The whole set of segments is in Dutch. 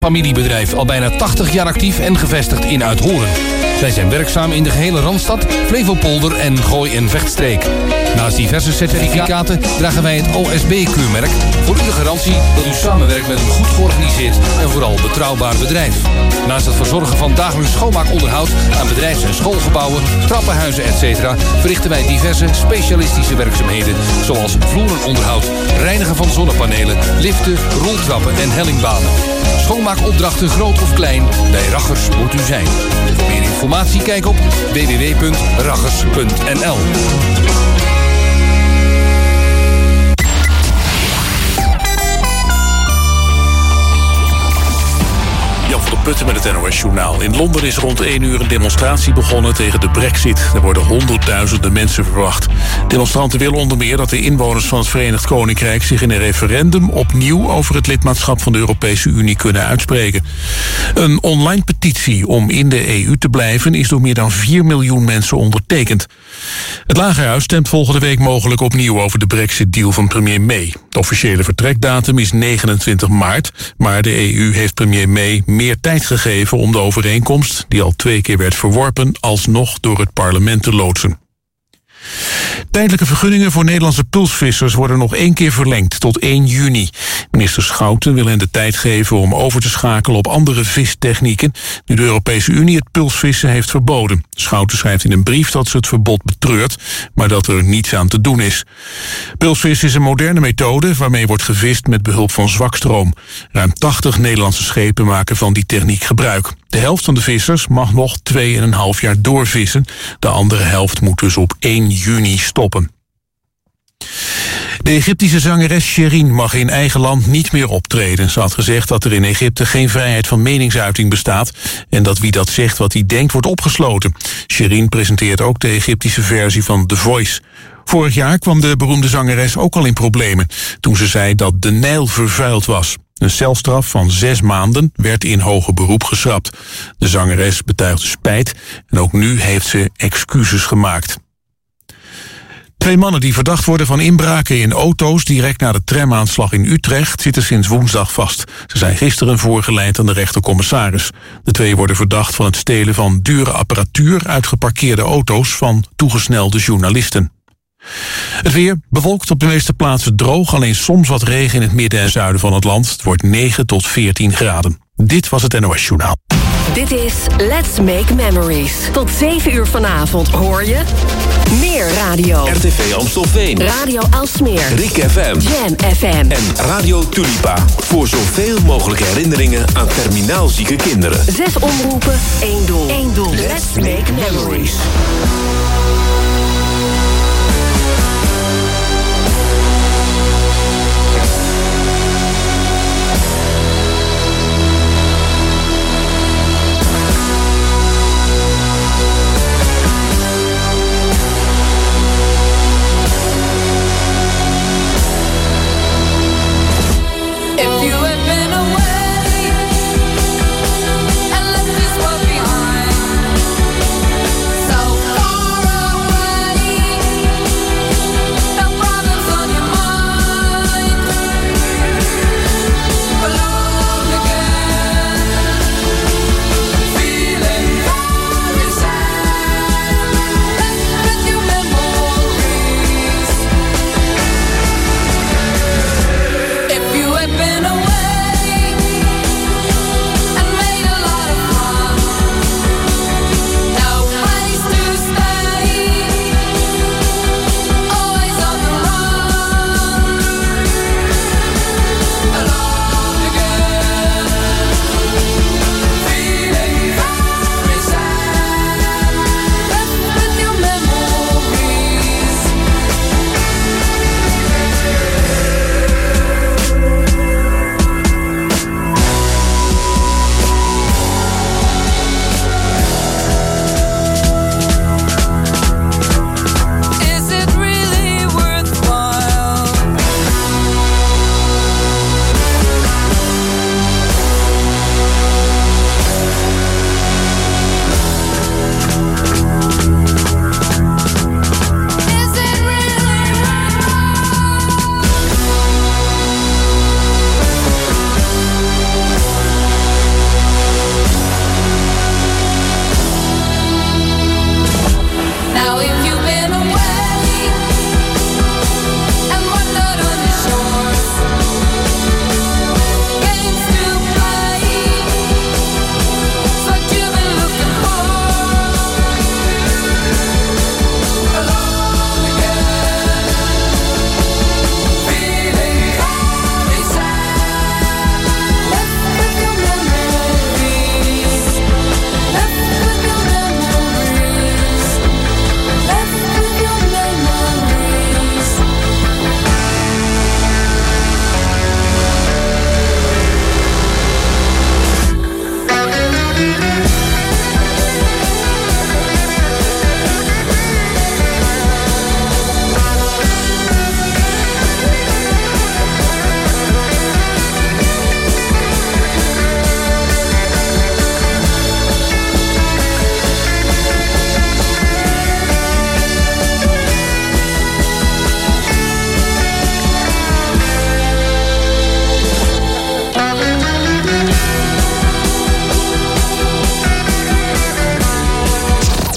Familiebedrijf, al bijna 80 jaar actief en gevestigd in Uithoren. Zij zijn werkzaam in de gehele Randstad, Flevopolder en Gooi- en Vechtstreek. Naast diverse certificaten dragen wij het OSB-keurmerk... voor u de garantie dat u samenwerkt met een goed georganiseerd en vooral betrouwbaar bedrijf. Naast het verzorgen van dagelijks schoonmaakonderhoud aan bedrijfs- en schoolgebouwen, trappenhuizen etc. verrichten wij diverse specialistische werkzaamheden... zoals vloerenonderhoud, reinigen van zonnepanelen, liften, roltrappen en hellingbanen. Schoonmaakopdrachten groot of klein, bij Raggers moet u zijn. Voor meer informatie kijk op www.raggers.nl. Jan van der Putten met het NOS-journaal. In Londen is rond 1 uur een demonstratie begonnen tegen de Brexit. Er worden honderdduizenden mensen verwacht. Demonstranten willen onder meer dat de inwoners van het Verenigd Koninkrijk... zich in een referendum opnieuw over het lidmaatschap van de Europese Unie kunnen uitspreken. Een online petitie om in de EU te blijven... is door meer dan 4 miljoen mensen ondertekend. Het Lagerhuis stemt volgende week mogelijk opnieuw over de Brexit-deal van premier May. De officiële vertrekdatum is 29 maart, maar de EU heeft premier May meer tijd gegeven om de overeenkomst, die al 2 keer werd verworpen, alsnog door het parlement te loodsen. Tijdelijke vergunningen voor Nederlandse pulsvissers worden nog 1 keer verlengd tot 1 juni. Minister Schouten wil hen de tijd geven om over te schakelen op andere vistechnieken, nu de Europese Unie het pulsvissen heeft verboden. Schouten schrijft in een brief dat ze het verbod betreurt, maar dat er niets aan te doen is. Pulsvissen is een moderne methode waarmee wordt gevist met behulp van zwakstroom. Ruim 80 Nederlandse schepen maken van die techniek gebruik. De helft van de vissers mag nog 2,5 jaar doorvissen. De andere helft moet dus op 1 juni stoppen. De Egyptische zangeres Sherin mag in eigen land niet meer optreden. Ze had gezegd dat er in Egypte geen vrijheid van meningsuiting bestaat... en dat wie dat zegt wat hij denkt wordt opgesloten. Sherin presenteert ook de Egyptische versie van The Voice. Vorig jaar kwam de beroemde zangeres ook al in problemen... toen ze zei dat de Nijl vervuild was. Een celstraf van 6 maanden werd in hoger beroep geschrapt. De zangeres betuigde spijt en ook nu heeft ze excuses gemaakt. 2 mannen die verdacht worden van inbraken in auto's direct na de tramaanslag in Utrecht zitten sinds woensdag vast. Ze zijn gisteren voorgeleid aan de rechtercommissaris. De 2 worden verdacht van het stelen van dure apparatuur uit geparkeerde auto's van toegesnelde journalisten. Het weer bewolkt op de meeste plaatsen droog, alleen soms wat regen in het midden en zuiden van het land. Het wordt 9 tot 14 graden. Dit was het NOS Journaal. Dit is Let's Make Memories. Tot 7 uur vanavond hoor je meer radio. RTV Amstelveen. Radio Aalsmeer. Rik FM. Jam FM. En Radio Tulipa. Voor zoveel mogelijke herinneringen aan terminaal zieke kinderen. 6 omroepen, 1 doel. 1 doel. Let's Make Memories. Far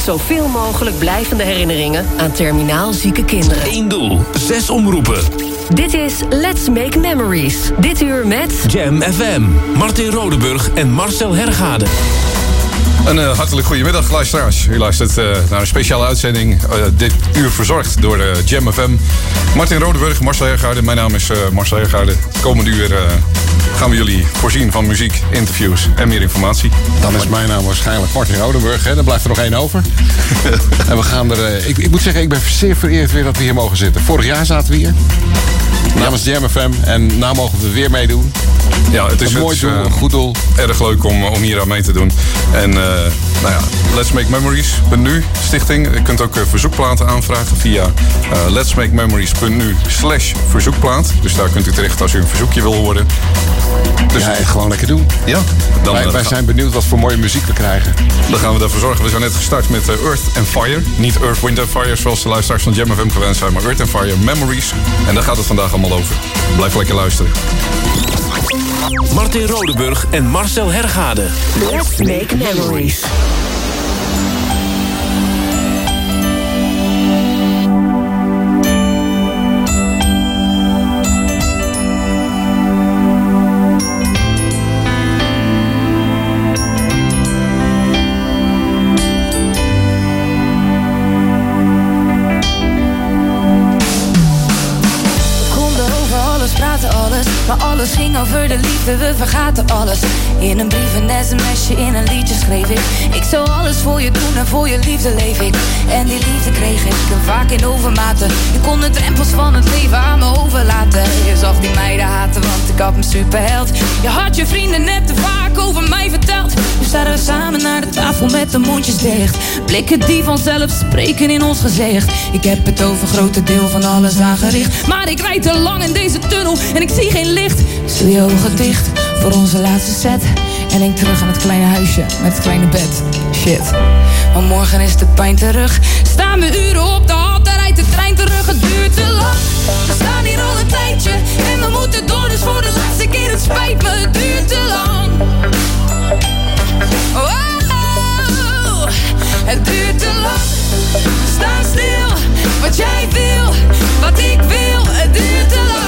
zoveel mogelijk blijvende herinneringen aan terminaal zieke kinderen. 1 doel, 6 omroepen. Dit is Let's Make Memories. Dit uur met Jam FM, Martin Rodenburg en Marcel Hergade. Een hartelijk goedemiddag, luisteraars. U luistert naar een speciale uitzending. Dit uur verzorgd door Jam FM. Martin Rodenburg, Marcel Hergade. Mijn naam is Marcel Hergade. Het komende uur gaan we jullie voorzien van muziek, interviews en meer informatie. Dan is mijn naam waarschijnlijk Martin Rodenburg. Hè? Dan blijft er nog 1 over. En we gaan er... Ik moet zeggen, ik ben zeer vereerd weer dat we hier mogen zitten. Vorig jaar zaten we hier. Namens Jam FM. En nou mogen we weer meedoen. Ja, het is een mooi doel, een goed doel. Erg leuk om hier aan mee te doen. En nou ja, Let's Make Memories.nu stichting. Je kunt ook verzoekplaten aanvragen via letsmakememories.nu/verzoekplaat. Dus daar kunt u terecht als u een verzoekje wil horen. Dus ja, gewoon lekker doen. Ja. Wij zijn benieuwd wat voor mooie muziek we krijgen. Dan gaan we daarvoor zorgen. We zijn net gestart met Earth and Fire. Niet Earth, Wind and Fire zoals de luisteraars van Jam FM gewend zijn, maar Earth and Fire Memories. En daar gaat het vandaag allemaal over. Blijf lekker luisteren. Martin Rodenburg en Marcel Hergade. Let's Make Memories. Maar alles ging over de liefde, we vergaten alles. In een brief, een sms'je, in een liedje schreef ik. Ik zou alles voor je doen en voor je liefde leef ik. En die liefde kreeg ik vaak in overmaten. Je kon de drempels van het leven aan me overlaten. Je zag die meiden haten, want ik had me superheld. Je had je vrienden net te vaak over mij verteld. Nu staan we samen naar de tafel met de mondjes dicht. Blikken die vanzelf spreken in ons gezicht. Ik heb het over grote deel van alles aangericht. Maar ik rijd te lang in deze tunnel en ik zie geen licht. Dus doe je ogen dicht voor onze laatste set. En denk terug aan het kleine huisje met het kleine bed. Shit, maar morgen is de pijn terug. Staan we uren op de hal, daar rijdt de trein terug. Het duurt te lang, we staan hier al een tijdje. En we moeten door, dus voor de laatste keer, het spijt me. Het duurt te lang. Oh, het duurt te lang. We staan stil, wat jij wil, wat ik wil. Het duurt te lang.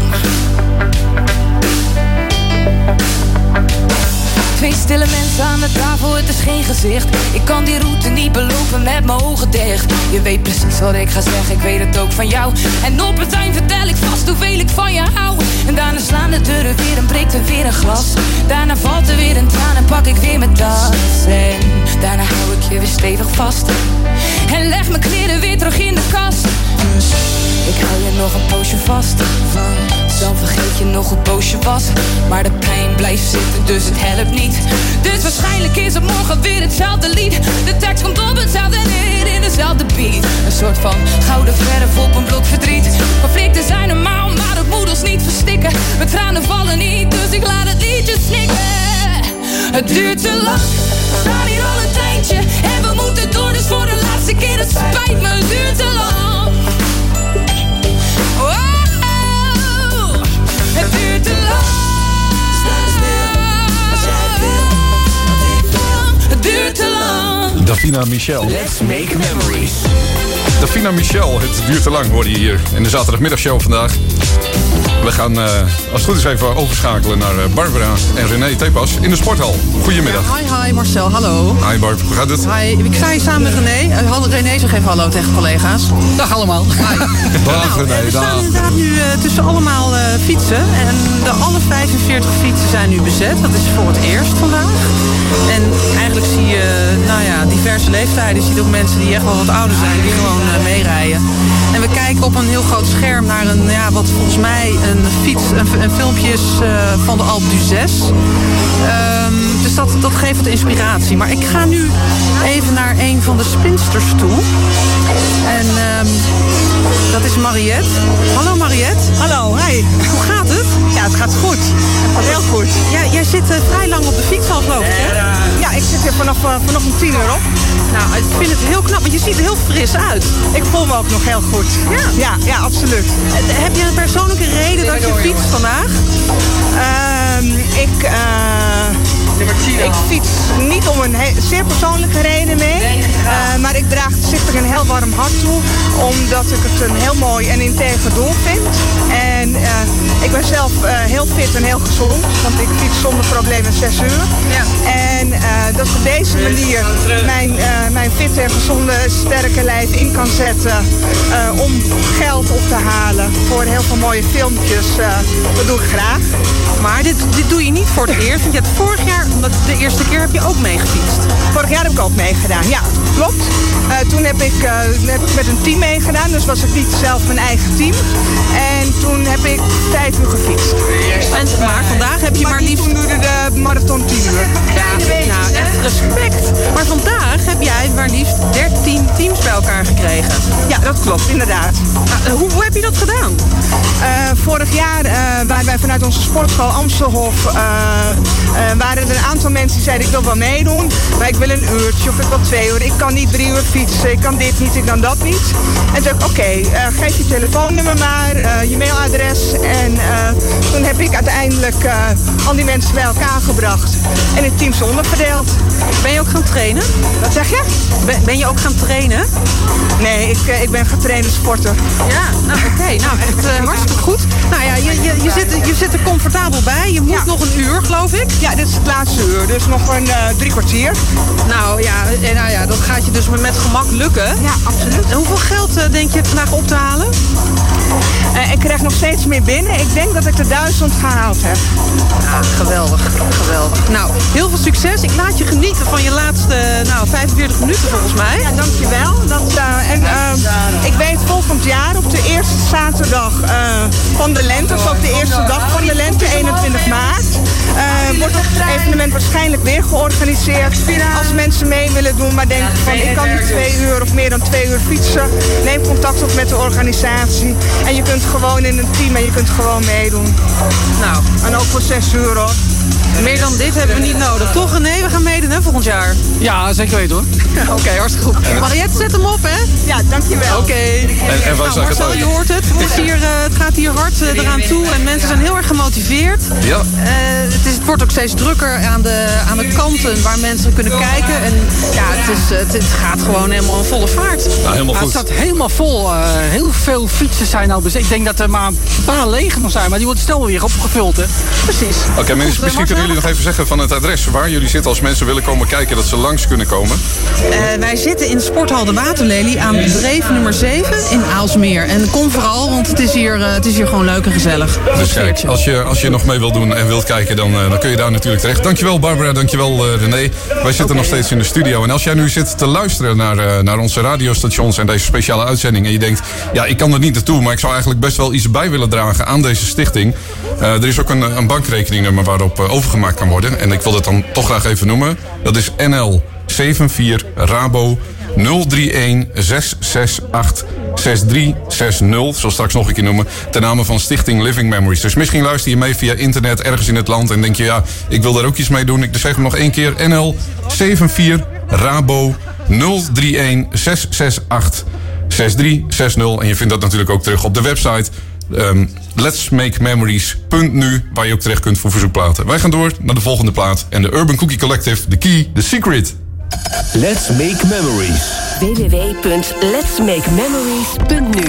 Twee stille mensen aan de tafel, het is geen gezicht. Ik kan die route niet belopen met mijn ogen dicht. Je weet precies wat ik ga zeggen, ik weet het ook van jou. En op het eind vertel ik vast hoeveel ik van je hou. En daarna slaan de deuren weer en breekt er weer een glas. Daarna valt er weer een traan en pak ik weer mijn tas. En daarna hou ik je weer stevig vast. En leg mijn kleren weer terug in de kast. Dus ik hou je nog een poosje vast. Dan vergeet je nog hoe boos je was. Maar de pijn blijft zitten, dus het helpt niet. Dus waarschijnlijk is het morgen weer hetzelfde lied. De tekst komt op hetzelfde neer in dezelfde beat. Een soort van gouden verf op een blok verdriet. Conflicten zijn normaal, maar dat moet ons niet verstikken. Mijn tranen vallen niet, dus ik laat het liedje snikken. Het duurt te lang, we staan hier al een tijdje. En we moeten door, dus voor de laatste keer, het spijt me. Het duurt te lang. Het duurt te lang. Sta stil, als jij wil, wat ik wil. Het duurt te lang. Davina Michel. Let's Make Memories. Davina Michel, het duurt te lang, hoorde je hier in de zaterdagmiddagshow vandaag. We gaan, als het goed is, even overschakelen naar Barbara en René Tepas in de sporthal. Goedemiddag. Ja, hi Marcel, hallo. Hi Barb, hoe gaat het? Hi, ik sta hier samen met René. René, zeg even hallo tegen collega's. Dag allemaal. Hi. Dag René, we staan dag. inderdaad nu tussen allemaal fietsen. En alle 45 fietsen zijn nu bezet. Dat is voor het eerst vandaag. En eigenlijk zie je diverse leeftijden. Je ziet ook mensen die echt wel wat ouder zijn, die gewoon meerijden. En we kijken op een heel groot scherm naar wat volgens mij een filmpje is van de Alpe d'Huez. Dus dat geeft wat inspiratie. Maar ik ga nu even naar een van de spinsters toe. En dat is Mariette. Hallo Mariette. Hallo, hi. Hoe gaat het? Ja, het gaat goed. Het gaat heel goed. Jij zit vrij lang op de fiets al, geloof ik, hè? Ja, ik zit hier vanochtend 10 uur op. Nou, ik vind het heel knap, want je ziet er heel fris uit. Ik voel me ook nog heel goed. Ja, absoluut. Heb je een persoonlijke reden dat je fietst vandaag? Ik fiets niet niet om een zeer persoonlijke reden mee. Maar ik draag de stichting een heel warm hart toe. Omdat ik het een heel mooi en integer doel vind. En ik ben zelf heel fit en heel gezond. Want ik fiets zonder problemen 6 uur. Ja. En dat ik op deze manier mijn fitte en gezonde sterke lijf in kan zetten. Om geld op te halen voor heel veel mooie filmpjes. Dat doe ik graag. Maar dit doe je niet voor het eerst. Want je hebt vorig jaar, de eerste keer heb je ook meegefietst. Vorig jaar heb ik ook meegedaan, ja, klopt. Toen heb ik met een team meegedaan. Dus was ik niet zelf mijn eigen team. En toen heb ik 5 uur gefietst. Maar vandaag heb je maar liefst... Toen duurde de marathon 10 uur. Ja, nou echt respect. Maar vandaag heb jij maar liefst 13 teams bij elkaar gekregen. Ja, dat klopt, inderdaad. Hoe heb je dat gedaan? Vorig jaar waren wij vanuit onze sportschool Amstelhof... waren er een aantal mensen die zeiden ik wil wel meedoen. Maar ik wil een uurtje of ik wil 2 uur. Ik kan niet 3 uur fietsen, ik kan dit niet, ik kan dat niet. En toen dacht ik geef je telefoonnummer maar, je mailadres. En toen heb ik uiteindelijk al die mensen bij elkaar gebracht. En in teams onderverdeeld. Ben je ook gaan trainen? Wat zeg je? Ben je ook gaan trainen? Nee, ik ben getrainde sporter. Ja, nou oké. Nou echt hartstikke goed. Nou ja, je zit er comfortabel bij. Je moet nog een uur, geloof ik. Ja, dit is het laatste uur. Dus nog een 3 kwartier. Nou ja, dat gaat je dus met gemak lukken. Ja, absoluut. En hoeveel geld denk je vandaag op te halen? Ik krijg nog steeds meer binnen. Ik denk dat ik de 1000 gehaald heb. Ja, geweldig. Nou, heel veel succes. Ik laat je genieten van je laatste 45 minuten volgens mij. Ja, dankjewel. Ik weet volgend jaar op de eerste zaterdag van de lente, dus ook de eerste dag van de lente, 21 maart, wordt het evenement waarschijnlijk weer georganiseerd. Als mensen mee willen doen, maar denken van ik kan niet 2 uur of meer dan 2 uur fietsen, neem contact op met de organisatie. En je kunt gewoon in een team en je kunt gewoon meedoen. Nou, en ook voor 6 euro. Meer dan dit hebben we niet nodig, toch? Nee, we gaan meedoen hè, volgend jaar. Ja, zeker weten hoor. Oké, hartstikke goed. Mariette, zet hem op hè? Ja, dankjewel. Oké. En wij zeggen Marcel, je hoort het. Het gaat hier hard eraan toe en mensen zijn heel erg gemotiveerd. Ja. Het wordt ook steeds drukker aan de kanten waar mensen kunnen kijken. En ja, het gaat gewoon helemaal in volle vaart. Nou, helemaal goed. Het staat helemaal vol. Heel veel fietsers zijn al bezet. Ik denk dat er maar een paar leeg nog zijn, maar die worden snel weer opgevuld hè. Precies. Oké, misschien kunnen jullie nog even zeggen van het adres waar jullie zitten als mensen willen komen kijken, dat ze langs kunnen komen. Wij zitten in Sporthal de Waterlelie aan Dreef nummer 7 in Aalsmeer. En kom vooral, want het is hier gewoon leuk en gezellig. Dus kijk, als je nog mee wilt doen en wilt kijken, dan kun je daar natuurlijk terecht. Dankjewel Barbara, dankjewel René. Wij zitten nog steeds in de studio. En als jij nu zit te luisteren naar onze radiostations en deze speciale uitzending en je denkt, ja, ik kan er niet naartoe, maar ik zou eigenlijk best wel iets bij willen dragen aan deze stichting. Er is ook een bankrekeningnummer waarop overgemaakt kan worden. En ik wil dat dan toch graag even noemen. Dat is NL 74 Rabo 031 668 6360. Zal straks nog een keer noemen. Ten name van Stichting Living Memories. Dus misschien luister je mee via internet ergens in het land en denk je, ja, ik wil daar ook iets mee doen. Ik zeg hem nog 1 keer. NL 74 Rabo 031 668 6360. En je vindt dat natuurlijk ook terug op de website letsmakememories.nu, waar je ook terecht kunt voor verzoekplaten. Wij gaan door naar de volgende plaat en de Urban Cookie Collective, The Key, The Secret. Let's Make Memories. www.letsmakememories.nu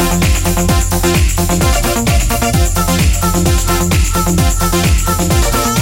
We'll be right back.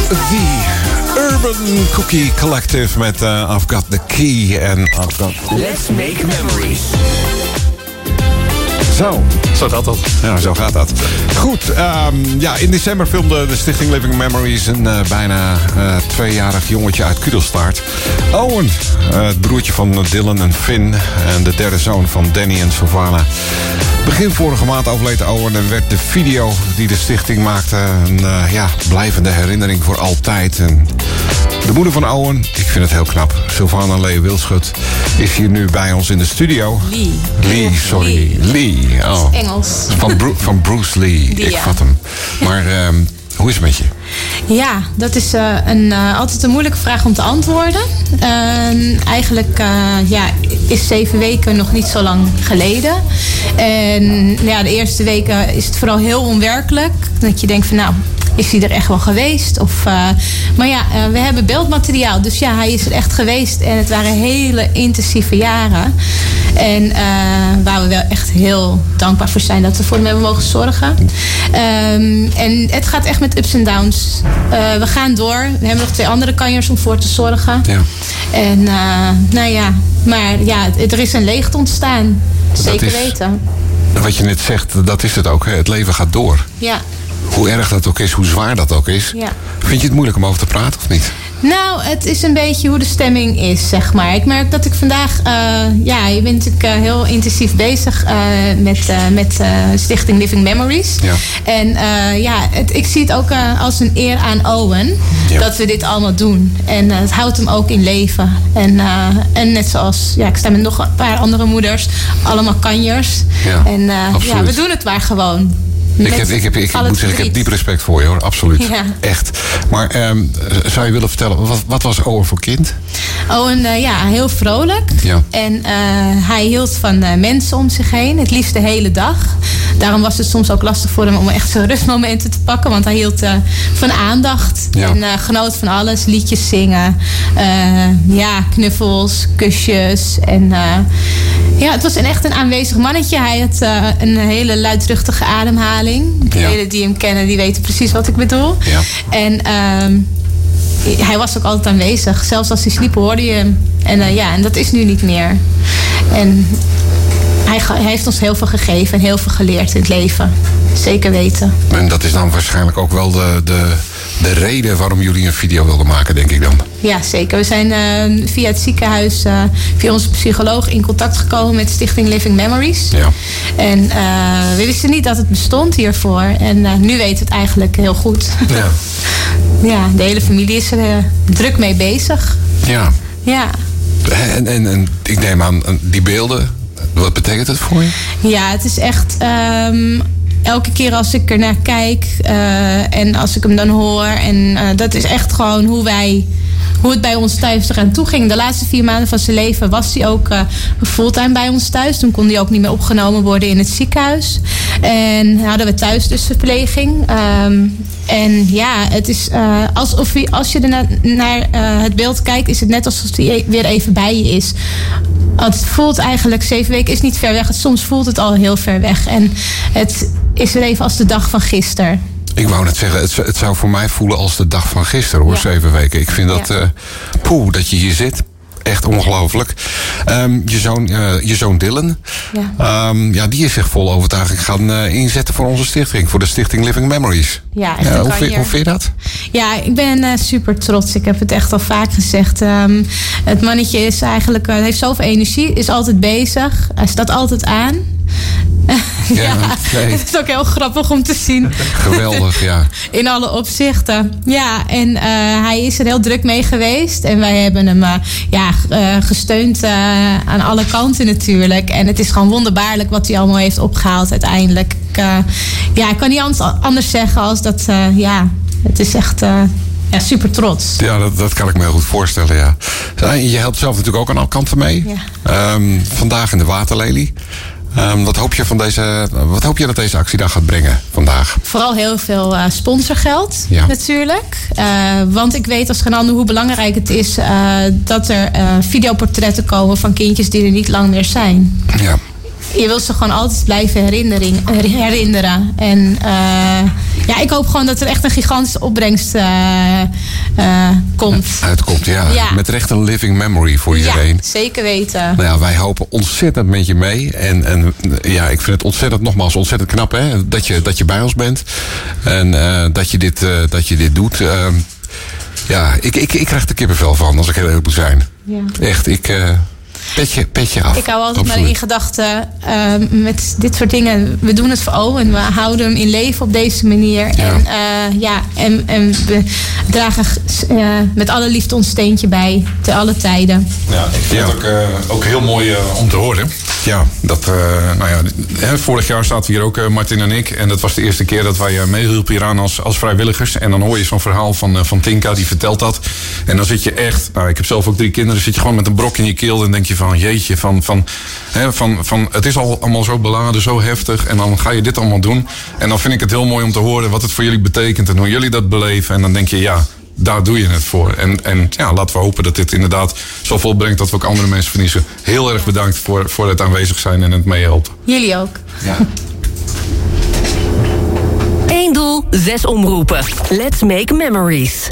The Urban Cookie Collective met I've Got the Key en I've Got... Let's make memories. Zo gaat dat. Ja, zo gaat dat. Goed, in december filmde de Stichting Living Memories een bijna 2-jarig jongetje uit Kudelstaart. Owen, het broertje van Dylan en Finn en de derde zoon van Danny en Savannah. Begin vorige maand overleed Owen en werd de video die de stichting maakte een blijvende herinnering voor altijd. En de moeder van Owen, ik vind het heel knap, Sylvana Lee Wilschut, is hier nu bij ons in de studio. Lee. Oh. Engels. Van Bruce Lee, ik vat hem. Maar hoe is het met je? Ja, dat is altijd een moeilijke vraag om te antwoorden. Eigenlijk is 7 weken nog niet zo lang geleden. En de eerste weken is het vooral heel onwerkelijk. Dat je denkt van is hij er echt wel geweest? We hebben beeldmateriaal. Dus ja, hij is er echt geweest. En het waren hele intensieve jaren. En waar we wel echt heel dankbaar voor zijn dat we voor hem hebben mogen zorgen. En het gaat echt met ups en downs. We gaan door. We hebben nog 2 andere kanjers om voor te zorgen. Ja. En maar er is een leegte ontstaan. Zeker weten. Wat je net zegt, dat is het ook. Hè? Het leven gaat door. Ja. Hoe erg dat ook is, hoe zwaar dat ook is. Ja. Vind je het moeilijk om over te praten of niet? Nou, het is een beetje hoe de stemming is, zeg maar. Ik merk dat ik vandaag... je bent natuurlijk heel intensief bezig met Stichting Living Memories. Ja. En ik zie het ook als een eer aan Owen dat we dit allemaal doen. En het houdt hem ook in leven. En net zoals... ik sta met nog een paar andere moeders. Allemaal kanjers. Ja, en we doen het maar gewoon. Ik moet zeggen, ik heb diep respect voor je hoor, absoluut. Ja. Echt. Maar zou je willen vertellen, wat was Owen voor kind? Owen, heel vrolijk. Ja. En hij hield van mensen om zich heen, het liefst de hele dag. Daarom was het soms ook lastig voor hem om echt zo'n rustmomenten te pakken. Want hij hield van aandacht. Ja. En genoot van alles. Liedjes zingen. Knuffels, kusjes. En het was echt een aanwezig mannetje. Hij had een hele luidruchtige ademhaling. Degenen die hem kennen, die weten precies wat ik bedoel. Ja. En hij was ook altijd aanwezig. Zelfs als hij sliep hoorde je hem. En dat is nu niet meer. En hij heeft ons heel veel gegeven en heel veel geleerd in het leven. Zeker weten. En dat is dan waarschijnlijk ook wel de reden waarom jullie een video wilden maken, denk ik dan. Ja, zeker. We zijn via het ziekenhuis, via onze psycholoog in contact gekomen met Stichting Living Memories. Ja. En we wisten niet dat het bestond hiervoor. En nu weten we het eigenlijk heel goed. Ja. Ja, de hele familie is er druk mee bezig. Ja. Ja. En ik neem aan, die beelden, wat betekent het voor je? Ja, het is echt... elke keer als ik er naar kijk en als ik hem dan hoor. En dat is echt gewoon hoe het bij ons thuis eraan toe ging. De laatste 4 maanden van zijn leven was hij ook fulltime bij ons thuis. Toen kon hij ook niet meer opgenomen worden in het ziekenhuis. En hadden we thuis dus verpleging. Het is alsof hij, als je er naar het beeld kijkt, is het net alsof hij weer even bij je is. Want het voelt eigenlijk, 7 weken is niet ver weg. Soms voelt het al heel ver weg. En het is weer even als de dag van gisteren. Ik wou net zeggen, het zou voor mij voelen als de dag van gisteren hoor, 7 weken. Ik vind dat, dat je hier zit. Echt ongelooflijk. Je zoon Dylan, die is zich vol overtuiging gaan inzetten voor onze stichting. Voor de Stichting Living Memories. Ja, echt hoe vind je dat? Ja, ik ben super trots. Ik heb het echt al vaak gezegd. Het mannetje is eigenlijk, heeft zoveel energie, is altijd bezig. Hij staat altijd aan. Het is ook heel grappig om te zien. Geweldig, ja. In alle opzichten. Ja, en hij is er heel druk mee geweest. En wij hebben hem gesteund aan alle kanten natuurlijk. En het is gewoon wonderbaarlijk wat hij allemaal heeft opgehaald uiteindelijk. Ik kan niet anders zeggen als dat... het is echt... super trots. Ja, dat kan ik me heel goed voorstellen, ja. Je helpt zelf natuurlijk ook aan alle kanten mee. Ja. Vandaag in de Waterlelie. Wat hoop je dat deze actiedag gaat brengen vandaag? Vooral heel veel sponsorgeld natuurlijk. Want ik weet als geen ander hoe belangrijk het is dat er videoportretten komen van kindjes die er niet lang meer zijn. Ja. Je wil ze gewoon altijd blijven herinneren. En ja, ik hoop gewoon dat er echt een gigantische opbrengst komt. Uitkomt, ja. Met recht een living memory voor iedereen. Ja, zeker weten. Nou ja, wij hopen ontzettend met je mee. En ja, ik vind het ontzettend knap hè, dat je bij ons bent. En dat je dit doet. Ja, ik krijg er kippenvel van, als ik heel eerlijk moet zijn. Ja. Echt, petje af. Ik hou altijd maar in gedachten met dit soort dingen. We doen het voor O en we houden hem in leven op deze manier. Ja. En we dragen met alle liefde ons steentje bij, te alle tijden. Ja, ik vind het ook heel mooi om te horen. Ja, vorig jaar zaten we hier ook, Martin en ik. En dat was de eerste keer dat wij meehielpen hieraan als vrijwilligers. En dan hoor je zo'n verhaal van Tinka, die vertelt dat. En dan zit je echt, ik heb zelf ook 3 kinderen, zit je gewoon met een brok in je keel. En denk je van, jeetje, het is al allemaal zo beladen, zo heftig. En dan ga je dit allemaal doen. En dan vind ik het heel mooi om te horen wat het voor jullie betekent. En hoe jullie dat beleven. En dan denk je, ja, daar doe je het voor. En laten we hopen dat dit inderdaad zoveel brengt dat we ook andere mensen verliezen. Heel erg bedankt voor het aanwezig zijn en het meehelpen. Jullie ook. Ja. 1 doel, 6 omroepen. Let's make memories.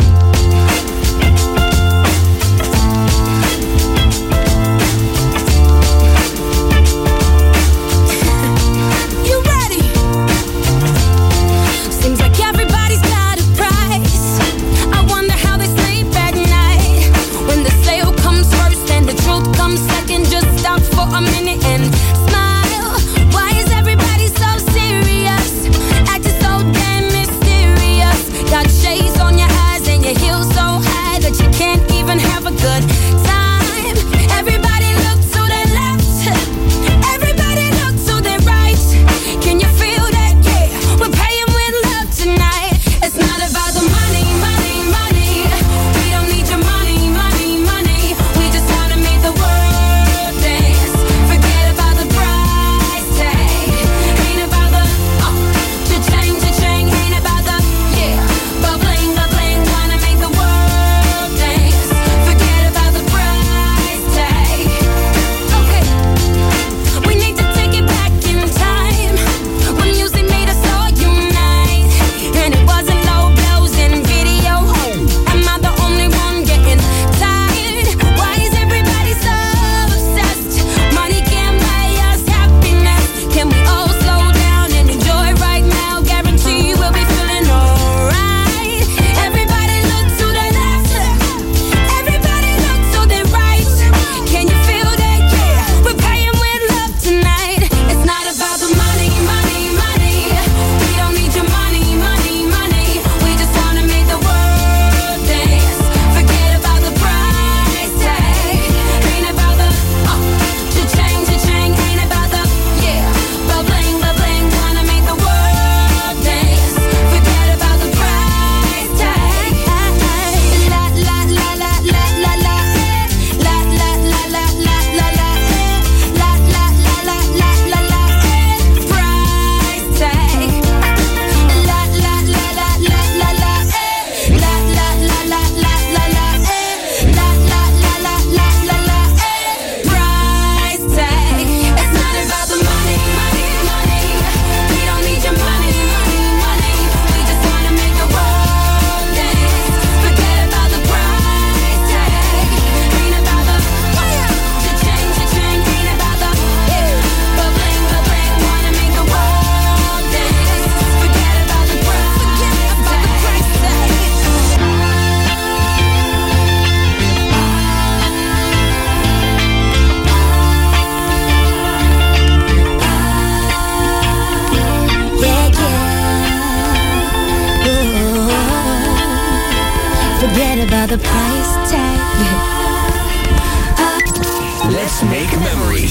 about the price tag. Let's make memories.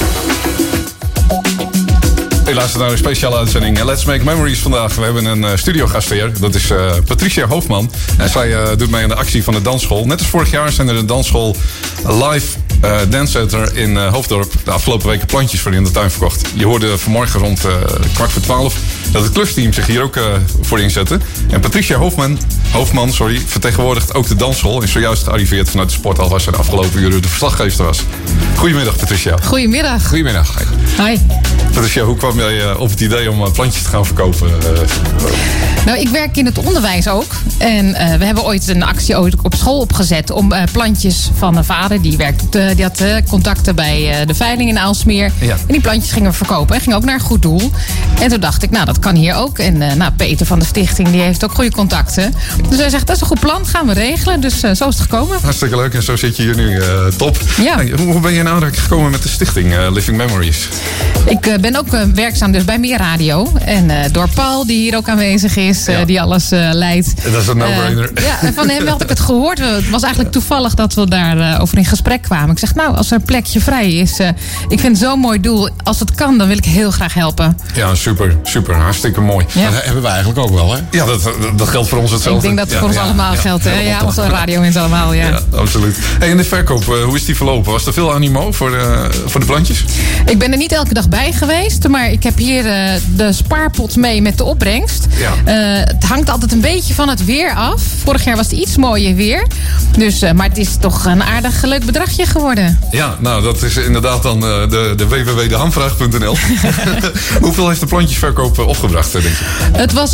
Je luistert naar een speciale uitzending Let's Make Memories vandaag. We hebben een studiogast weer. Dat is Patricia Hoofman. En zij doet mee aan de actie van de dansschool. Net als vorig jaar zijn er een dansschool live Dance Center in Hoofddorp de afgelopen weken plantjes voor in de tuin verkocht. Je hoorde vanmorgen rond 11:15 dat het klusteam zich hier ook voor inzette. En Patricia Hoofman vertegenwoordigt ook de dansschool. En zojuist gearriveerd vanuit de sporthal waar ze de afgelopen uren de verslaggever was. Goedemiddag Patricia. Goedemiddag. Goedemiddag. Hi. Patricia, hoe kwam jij op het idee om plantjes te gaan verkopen? Nou, ik werk in het onderwijs ook. En we hebben ooit een actie op school opgezet om plantjes van een vader. Die had contacten bij de veiling in Aalsmeer. Ja. En die plantjes gingen we verkopen. En ging ook naar een goed doel. En toen dacht ik, nou, dat kan hier ook. En Peter van de stichting, die heeft ook goede contacten. Dus hij zegt, dat is een goed plan, gaan we regelen. Dus zo is het gekomen. Hartstikke leuk. En zo zit je hier nu. Top. Ja. Hey, hoe ben je in aanraking gekomen met de stichting Living Memories? Ik ben ook werkzaam dus bij Meer Radio. En door Paul, die hier ook aanwezig is, die alles leidt. Dat is een no-brainer. En van hem had ik het gehoord. Het was eigenlijk toevallig dat we daarover in gesprek kwamen. Ik zeg, nou, als er een plekje vrij is, ik vind het zo'n mooi doel. Als het kan, dan wil ik heel graag helpen. Ja, super. Hartstikke mooi. Ja. Dat hebben we eigenlijk ook wel, hè? Ja, dat geldt voor ons hetzelfde. Ik denk dat het voor ons allemaal geldt, hè? Ja, onze radiomensen allemaal, ja. Ja, absoluut. Hey, en de verkoop, hoe is die verlopen? Was er veel animo voor de plantjes? Ik ben er niet elke dag bij geweest, maar ik heb hier de spaarpot mee met de opbrengst. Ja. Het hangt altijd een beetje van het weer af. Vorig jaar was het iets mooier weer. Dus, maar het is toch een aardig leuk bedragje geworden. Ja, nou, dat is inderdaad dan de www.dehamvraag.nl. Hoeveel heeft de plantjesverkoop opgebracht, denk je? Het was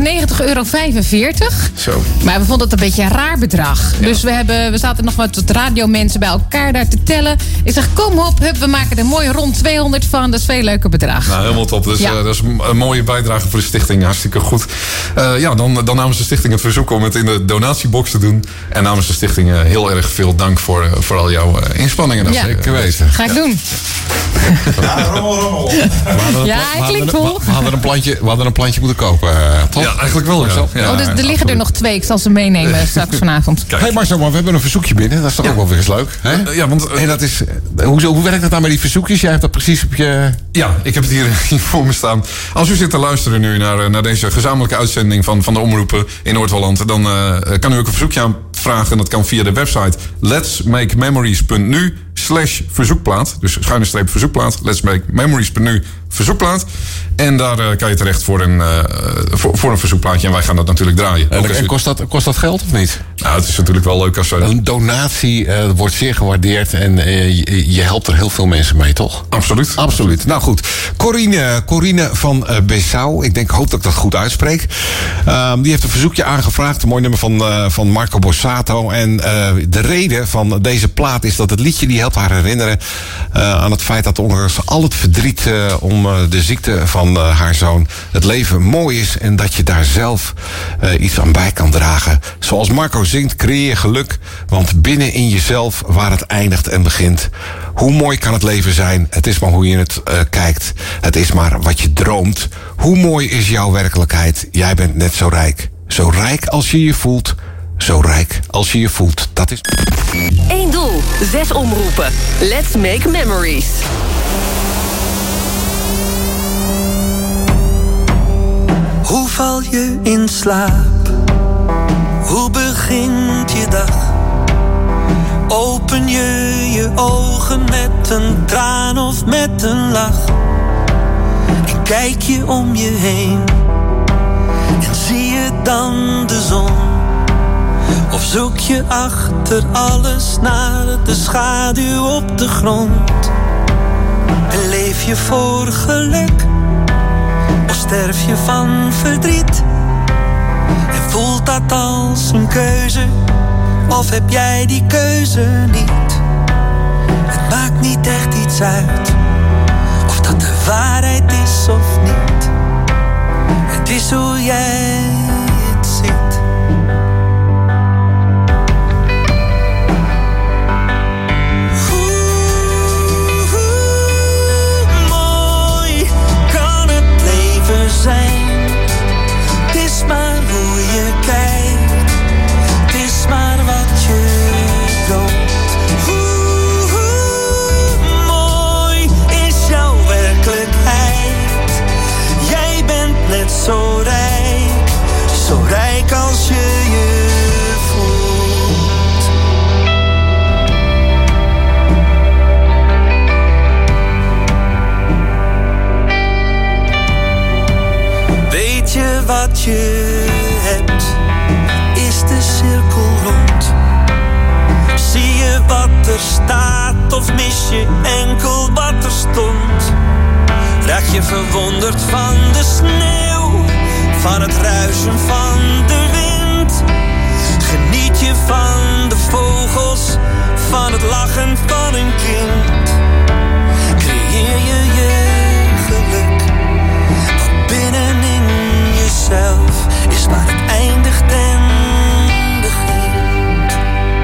€190,45. Zo. Maar we vonden het een beetje een raar bedrag. Ja. Dus we zaten nog wat radiomensen bij elkaar daar te tellen. Ik zeg, kom op, we maken er mooi rond 200 van. Dat is veel leuker bedrag. Nou, helemaal top. Dus, dat is een mooie bijdrage voor de stichting. Hartstikke goed. Dan namens de stichting het verzoek om het in de donatiebox te doen. En namens de stichting heel erg veel dank voor al jouw inspanningen. Ja, zeker weten. Ga ik doen. Ja, rommel. Ja, hij klinkt vol. We hadden een plantje moeten kopen, toch? Ja, eigenlijk wel. Ja. Dus er liggen er nog 2. Ik zal ze meenemen straks vanavond. Hé, Marcel, maar we hebben een verzoekje binnen. Dat is toch ook wel weer eens leuk, hè? Ja, want... En dat is... Hoe werkt dat nou met die verzoekjes? Jij hebt dat precies op je... Ja, ik heb het hier voor me staan. Als u zit te luisteren nu naar deze gezamenlijke uitzending van de omroepen in Noord-Holland, dan kan u ook een verzoekje aanvragen. Dat kan via de website letsmakememories.nu/verzoekplaat. Dus _ verzoekplaat. Letsmakememories.nu verzoekplaat. En daar kan je terecht voor een verzoekplaatje. En wij gaan dat natuurlijk draaien. En kost dat geld of niet? Nou, het is natuurlijk wel leuk als... Een donatie wordt zeer gewaardeerd. En je helpt er heel veel mensen mee, toch? Absoluut. Nou goed. Corine van Bessau. Ik hoop dat ik dat goed uitspreek. Die heeft een verzoekje aangevraagd. Een mooi nummer van Marco Borsato. En de reden van deze plaat is dat het liedje die helpt haar herinneren aan het feit dat ondanks al het verdriet om de ziekte van haar zoon het leven mooi is en dat je daar zelf iets aan bij kan dragen. Zoals Marco zingt, creëer geluk, want binnen in jezelf waar het eindigt en begint. Hoe mooi kan het leven zijn? Het is maar hoe je het kijkt. Het is maar wat je droomt. Hoe mooi is jouw werkelijkheid? Jij bent net zo rijk. Zo rijk als je je voelt. Zo rijk als je je voelt. Dat is... 1 doel, 6 omroepen. Let's make memories. Hoe val je in slaap? Hoe begint je dag? Open je ogen met een traan of met een lach? En kijk je om je heen en zie je dan de zon? Of zoek je achter alles naar de schaduw op de grond? En leef je voor geluk? Of sterf je van verdriet? En voelt dat als een keuze? Of heb jij die keuze niet? Het maakt niet echt iets uit of dat de waarheid is of niet. Het is hoe jij het ziet. Het is maar hoe je kijkt, het is maar wat je droomt. Hoe mooi is jouw werkelijkheid? Jij bent net zo rijk als je je voelt. Weet je wat je hebt? Is de cirkel rond? Zie je wat er staat of mis je enkel wat er stond? Raak je verwonderd van de sneeuw, van het ruisen van de wind. Geniet je van de vogels, van het lachen van een kind. Creëer je geluk, wat binnenin jezelf is waar het eindigt en begint.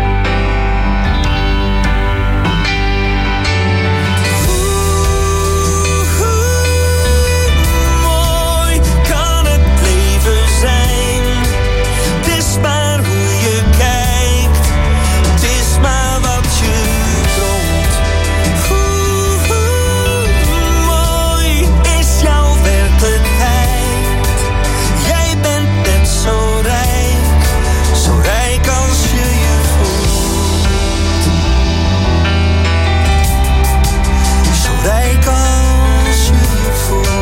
Mooi kan het leven zijn. Het is maar hoe je kijkt, het is maar wat je droomt. Mooi is jouw werkelijkheid. Jij bent net zo rijk als je je voelt. Zo rijk als je je voelt.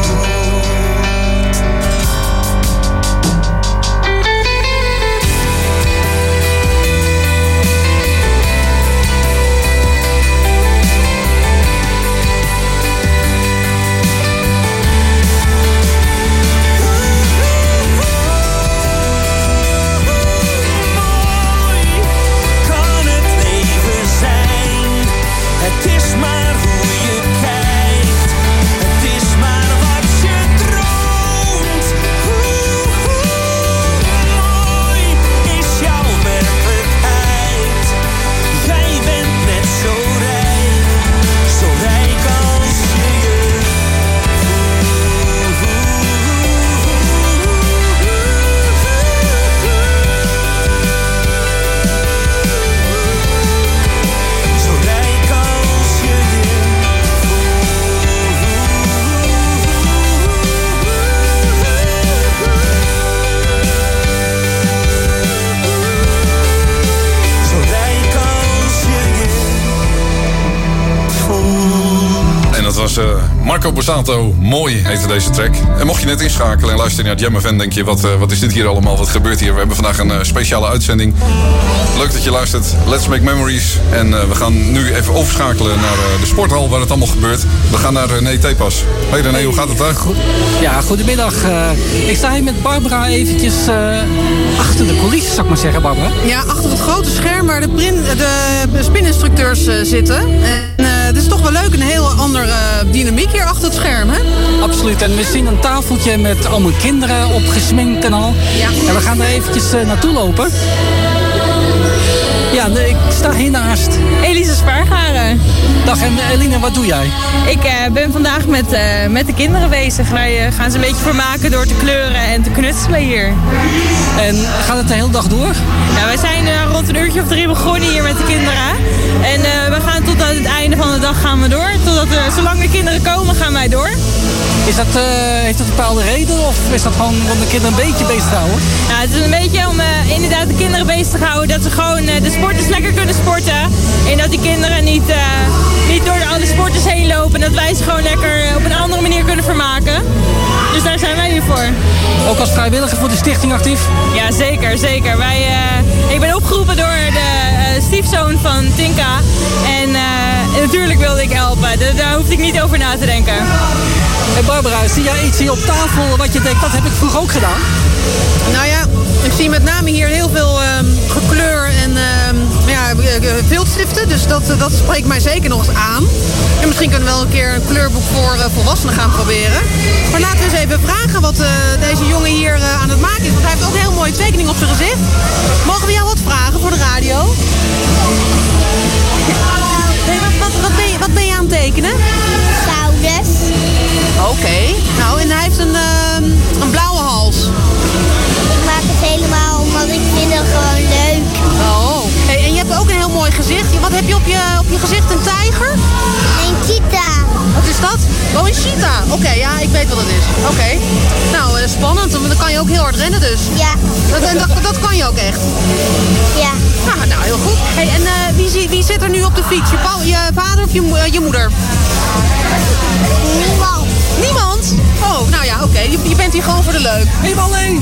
Het is maar hoe je kijkt, het is maar wat je droomt. Mooi is jouw werkelijkheid. Jij bent net zo rijk als je je En dat was Marco Borsato. Mooi heette deze track. En mocht je net inschakelen en luisteren naar Jam FM, denk je, wat is dit hier allemaal? Wat gebeurt hier? We hebben vandaag een speciale uitzending. Leuk dat je luistert. Let's Make Memories. En we gaan nu even overschakelen naar de sporthal waar het allemaal gebeurt. We gaan naar René Tepas. Hey René, hoe gaat het daar? Ja, goedemiddag. Ik sta hier met Barbara eventjes achter de coulissen, zou ik maar zeggen, Barbara. Ja, achter het grote scherm waar de spininstructeurs zitten. En het is toch wel leuk, een heel andere dynamiek hier achter het scherm, hè? Absoluut. En we zien een tafeltje met allemaal kinderen opgesminkt en al. Ja. En we gaan er eventjes naartoe lopen. Ja, ik sta hiernaast. Elise Spargaren. Dag, en Eline, wat doe jij? Ik ben vandaag met de kinderen bezig. Wij gaan ze een beetje vermaken door te kleuren en te knutselen hier. En gaat het de hele dag door? Ja, wij zijn rond een uurtje of 3 begonnen hier met de kinderen. En we gaan tot aan het einde van de dag gaan we door. Zolang de kinderen komen, gaan wij door. Heeft dat een bepaalde reden of is dat gewoon om de kinderen een beetje bezig te houden? Nou, het is een beetje om inderdaad de kinderen bezig te houden. Dat ze gewoon de sporters lekker kunnen sporten. En dat die kinderen niet door alle sporters heen lopen. En dat wij ze gewoon lekker op een andere manier kunnen vermaken. Dus daar zijn wij hier voor. Ook als vrijwilliger voor de stichting actief? Ja, zeker, zeker. Ik ben opgeroepen door de stiefzoon van Tinka. En natuurlijk wilde ik helpen. Daar hoefde ik niet over na te denken. En Barbara, zie jij iets hier op tafel wat je denkt, dat heb ik vroeger ook gedaan? Nou ja, ik zie met name hier heel veel gekleur en viltstiften. Dus dat spreekt mij zeker nog eens aan. En misschien kunnen we wel een keer een kleurboek voor volwassenen gaan proberen. Maar laten we eens even vragen wat deze jongen hier aan het maken is. Want hij heeft ook een heel mooie tekening op zijn gezicht. Mogen we jou wat vragen voor de radio? Hey, wat ben je aan het tekenen? Schouders. Oké. Nou, en hij heeft een blauwe hals. Ik maak het helemaal omdat ik vind het gewoon leuk. Oh. Hey, en je hebt ook een heel mooi gezicht. Wat heb je op je gezicht? Een tijger? Een cheetah. Wat is dat? Oh, een cheetah. Oké, ja, ik weet wat het is. Oké. Nou, spannend. Dan kan je ook heel hard rennen dus. Ja. Dat kan je ook echt. Ja. Nou, heel goed. Hey, en wie zit er nu op de fiets? Je vader of je moeder? Niemand. Niemand? Oh, nou ja, oké. Je bent hier gewoon voor de leuk. Helemaal alleen.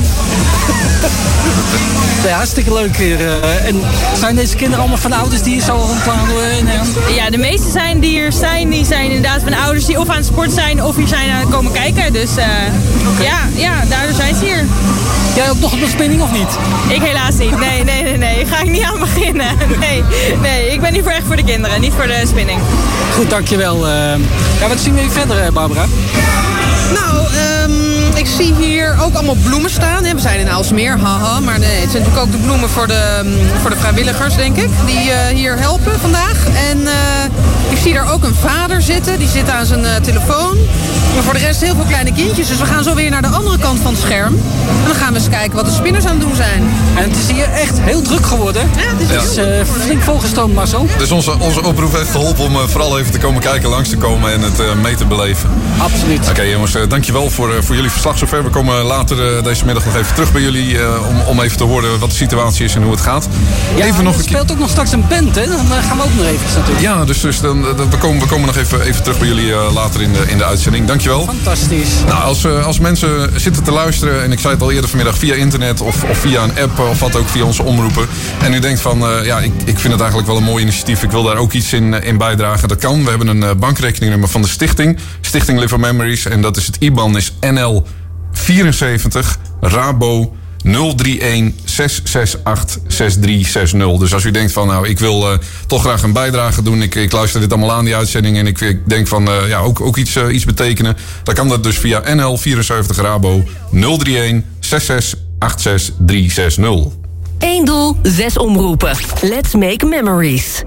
Ja, hartstikke leuk weer. En zijn deze kinderen allemaal van ouders die hier zo rondlopen? Ja, de meeste zijn die hier zijn, die zijn inderdaad van ouders die of aan het sport zijn of hier zijn komen kijken. Dus ja, daardoor zijn ze hier. Jij ook nog op de spinning of niet? Ik helaas niet. Nee. Ga ik niet aan beginnen. Nee, ik ben hier echt voor de kinderen, niet voor de spinning. Goed, dankjewel. Wat zien we hier verder, Barbara? Nou, ik zie hier ook allemaal bloemen staan. We zijn in Aalsmeer, haha. Maar nee, het zijn natuurlijk ook de bloemen voor de vrijwilligers, denk ik. Die hier helpen vandaag. En ik zie daar ook een vader zitten. Die zit aan zijn telefoon. Maar voor de rest heel veel kleine kindjes. Dus we gaan zo weer naar de andere kant van het scherm. En dan gaan we eens kijken wat de spinners aan het doen zijn. En het is hier echt heel druk geworden. Ja, het is flink volgestroomd, Marcel. Dus onze oproep heeft geholpen om vooral even te komen kijken, langs te komen en het mee te beleven. Absoluut. Oké, jongens, dankjewel voor jullie verslag zover. We komen later deze middag nog even terug bij jullie om even te horen wat de situatie is en hoe het gaat. Ja, even nog speelt ook nog straks een band, hè? Dan gaan we ook nog even natuurlijk. Ja, dus we komen nog even terug bij jullie later in de uitzending. Dankjewel. Fantastisch. Nou, als mensen zitten te luisteren, en ik zei het al eerder vanmiddag, via internet of via een app of wat ook, via onze omroepen. En u denkt van, ik vind het eigenlijk wel een mooi initiatief. Ik wil daar ook iets in bijdragen. Dat kan. We hebben een bankrekeningnummer van de stichting. Stichting Live Memories. En dat is het IBAN is NL 74 Rabo 031 668 6360. Dus als u denkt van, nou, ik wil toch graag een bijdrage doen. Ik luister dit allemaal aan, die uitzending. En ik denk van, ook iets betekenen. Dan kan dat dus via NL 74 Rabo 031 668 6360. 1 doel, 6 omroepen. Let's make memories.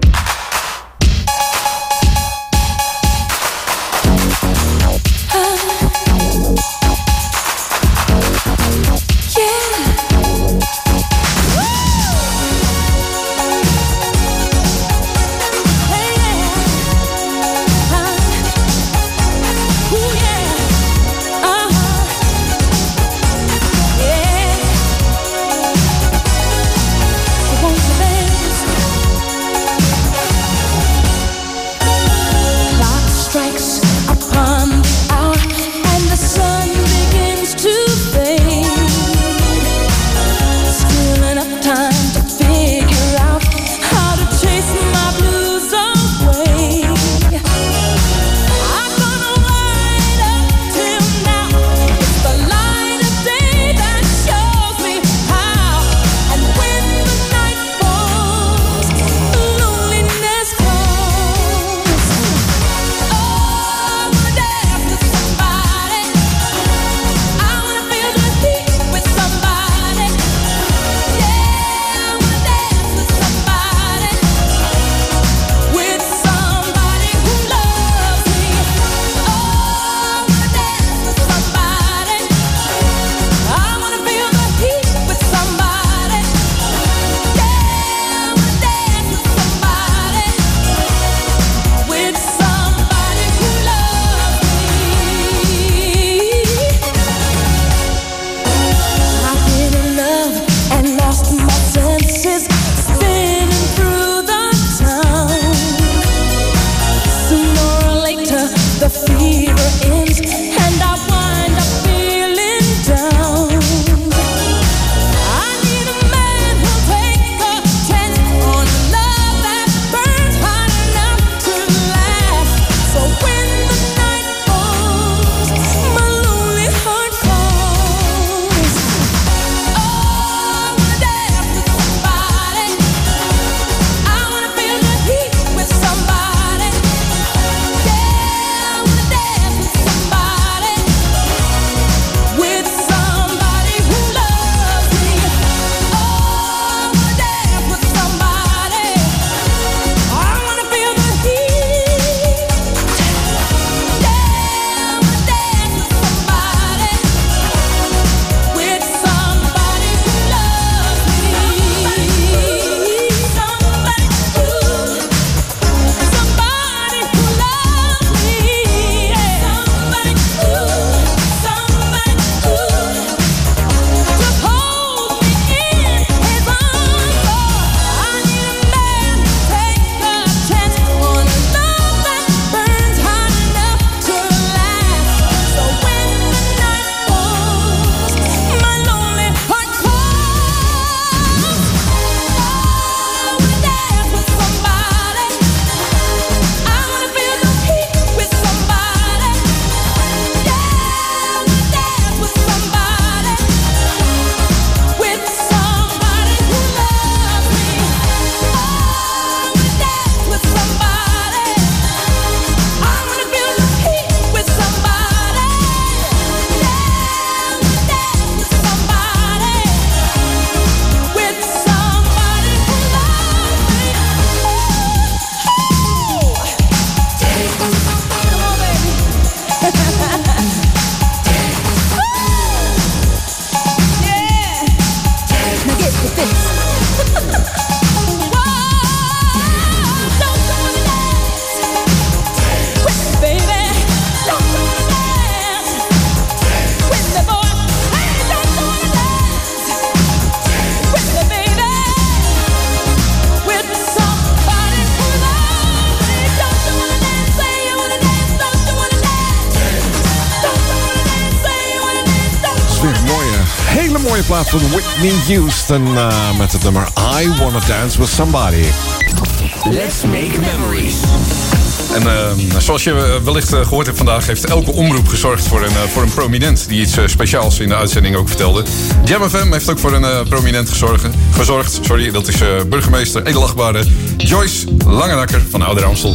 weer een hele mooie plaat van Whitney Houston met het nummer I Wanna Dance With Somebody. Let's make memories. En zoals je wellicht gehoord hebt vandaag, heeft elke omroep gezorgd voor een prominent die iets speciaals in de uitzending ook vertelde. Jam FM heeft ook voor een prominent gezorgd. Dat is burgemeester edelachtbare Joyce Langenakker van Ouder Amstel.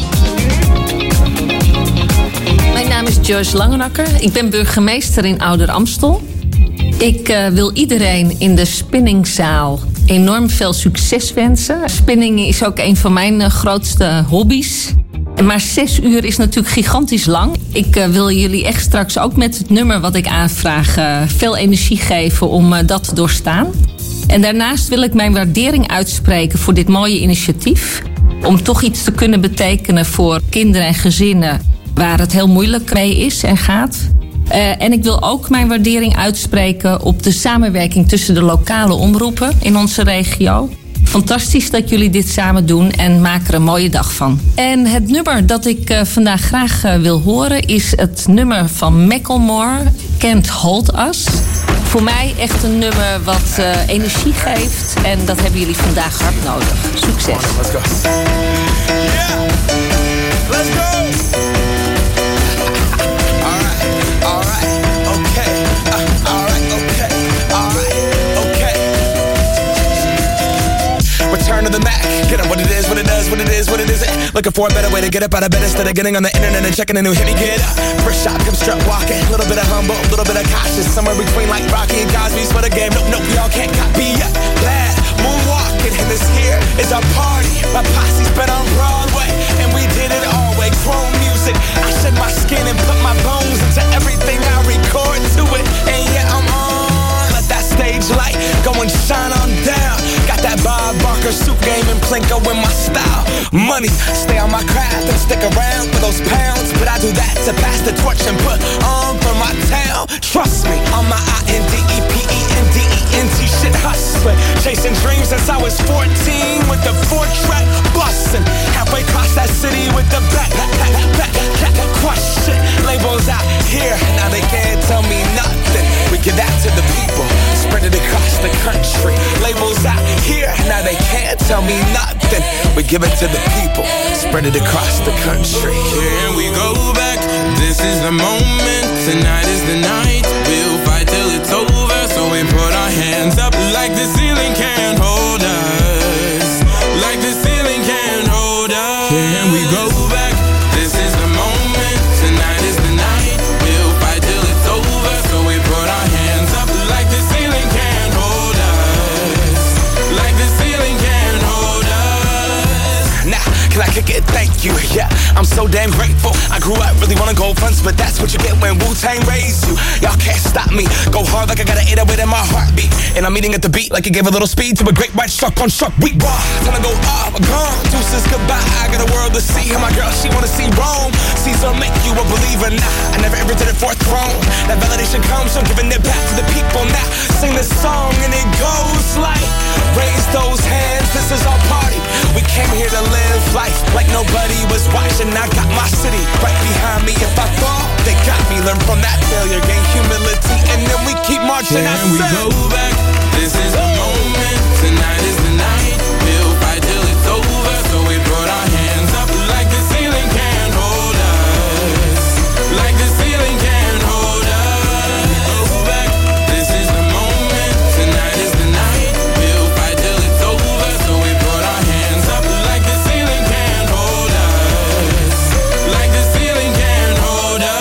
Mijn naam is Joyce Langenakker. Ik ben burgemeester in Ouder Amstel. Ik wil iedereen in de spinningzaal enorm veel succes wensen. Spinning is ook een van mijn grootste hobby's. Maar 6 uur is natuurlijk gigantisch lang. Ik wil jullie echt straks ook met het nummer wat ik aanvraag veel energie geven om dat te doorstaan. En daarnaast wil ik mijn waardering uitspreken voor dit mooie initiatief. Om toch iets te kunnen betekenen voor kinderen en gezinnen waar het heel moeilijk mee is en gaat. En ik wil ook mijn waardering uitspreken op de samenwerking tussen de lokale omroepen in onze regio. Fantastisch dat jullie dit samen doen en maak er een mooie dag van. En het nummer dat ik vandaag graag wil horen is het nummer van Macklemore, Can't Hold Us. Voor mij echt een nummer wat energie geeft en dat hebben jullie vandaag hard nodig. Succes. Let's go. Yeah. Let's go. All right, okay. All right, okay. All right, okay. Return to the Mac. Get up what it is, what it does, what it is, what it isn't. Looking for a better way to get up out of bed instead of getting on the internet and checking a new hit. Me get up. First shot, come strut walking. A little bit of humble, a little bit of cautious. Somewhere between like Rocky and Cosby's for the game. Nope, y'all can't copy yet. Glad moonwalking, and this here is our party. My posse's been on Broadway, and we did it all way. Chrome music. I shed my skin and put my bones into everything I record to it. And yeah, I'm on. Let that stage light go and shine on down. Got that Bob Barker suit game and Plinko in my style. Money, stay on my craft and stick around for those pounds. But I do that to pass the torch and put on for my town. Trust me, on my INDEPENDENT shit hustling. Chasing dreams since I was 14 with the 4-track bustin'. Halfway across that city with the back question. Labels out here, now they can't tell me nothing. We give that to the people, spread it across the country. Labels out here, now they can't tell me nothing. We give it to the people, spread it across the country. Here we go back, this is the moment, tonight is the night. We'll fight till it's over, so we put our hands up like the ceiling can't hold us. Like the ceiling can't hold us. Here we go back, this is the moment, tonight is the night. We'll fight till it's over, so we put our hands up like the ceiling can't hold us. Like the ceiling can't hold us. Now, can I kick it? Thank you, yeah, I'm so damn grateful. I grew up really wanna go fronts, but that's what you get when Wu-Tang raised you. Y'all can't stop me, go hard like I got an 808 in my heartbeat. And I'm eating at the beat like it gave a little speed to a great white shark on shark. We raw, time to go up, gone, deuces goodbye. I got a world to see, and my girl, she wanna see Rome. Caesar make you a believer, nah, I never ever did it for a throne. That validation comes from giving it back to the people. Now, sing this song and it goes like, raise those hands, this is our party. We came here to live life like nobody was watching. I got my city right behind me. If I fall, they got me. Learn from that failure, gain humility, and then we keep marching. Can we go back? This is the moment. Tonight is the night. We'll fight till it's over. So we put our hands up like the ceiling can't hold us. Like the ceiling can't hold us. Go back. This is the moment. Tonight is the night. We'll fight till it's over. So we put our hands up like the ceiling can't hold us. Like the ceiling can't hold us.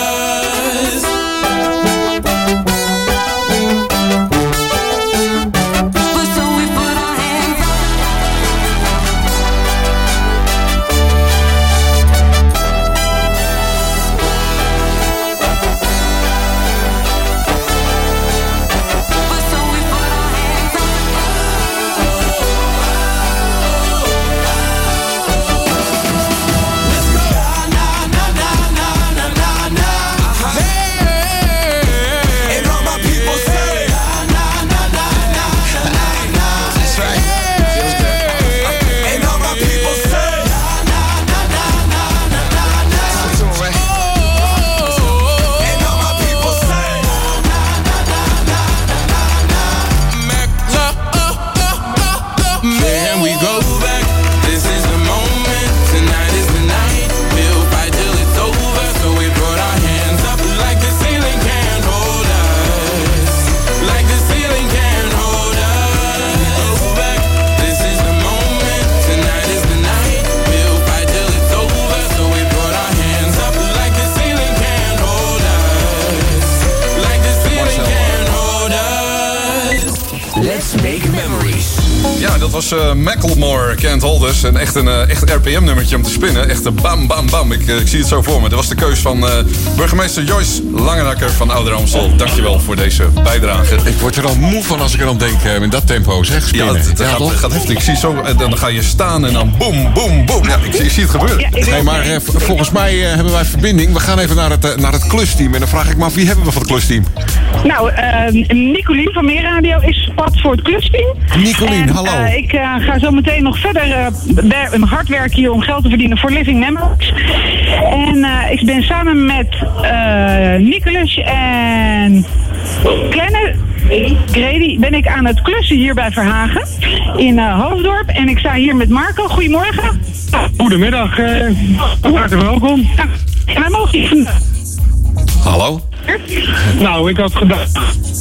Let's make memories. Ja, dat was Macklemore, Can't Hold Us. En echt een echt RPM-nummertje om te spinnen. Echt een bam, bam, bam. Ik zie het zo voor me. Dat was de keus van burgemeester Joyce Langenakker van Ouder Amstel. Dankjewel voor deze bijdrage. Ik word er al moe van als ik er aan denk in dat tempo, zeg. Spinnen. Ja, het gaat heftig. Ik zie zo, en dan ga je staan en dan boem, boem, boem. Ja, ik zie het gebeuren. Hey, maar volgens mij hebben wij verbinding. We gaan even naar het klusteam. En dan vraag ik me af, wie hebben we van het klusteam? Nou, Nicolien van Meerradio is pad voor het klusteam. Nicolien, hallo. Ik ga zo meteen nog verder hard werken hier om geld te verdienen voor Living Memories. En ik ben samen met Nicolas en Kleine Grady ben ik aan het klussen hier bij Verhagen in Hoofddorp. En ik sta hier met Marco. Goedemorgen. Goedemiddag. Hartelijk welkom. En wij mogen hier vandaag. Hallo? Nou, ik had gedacht...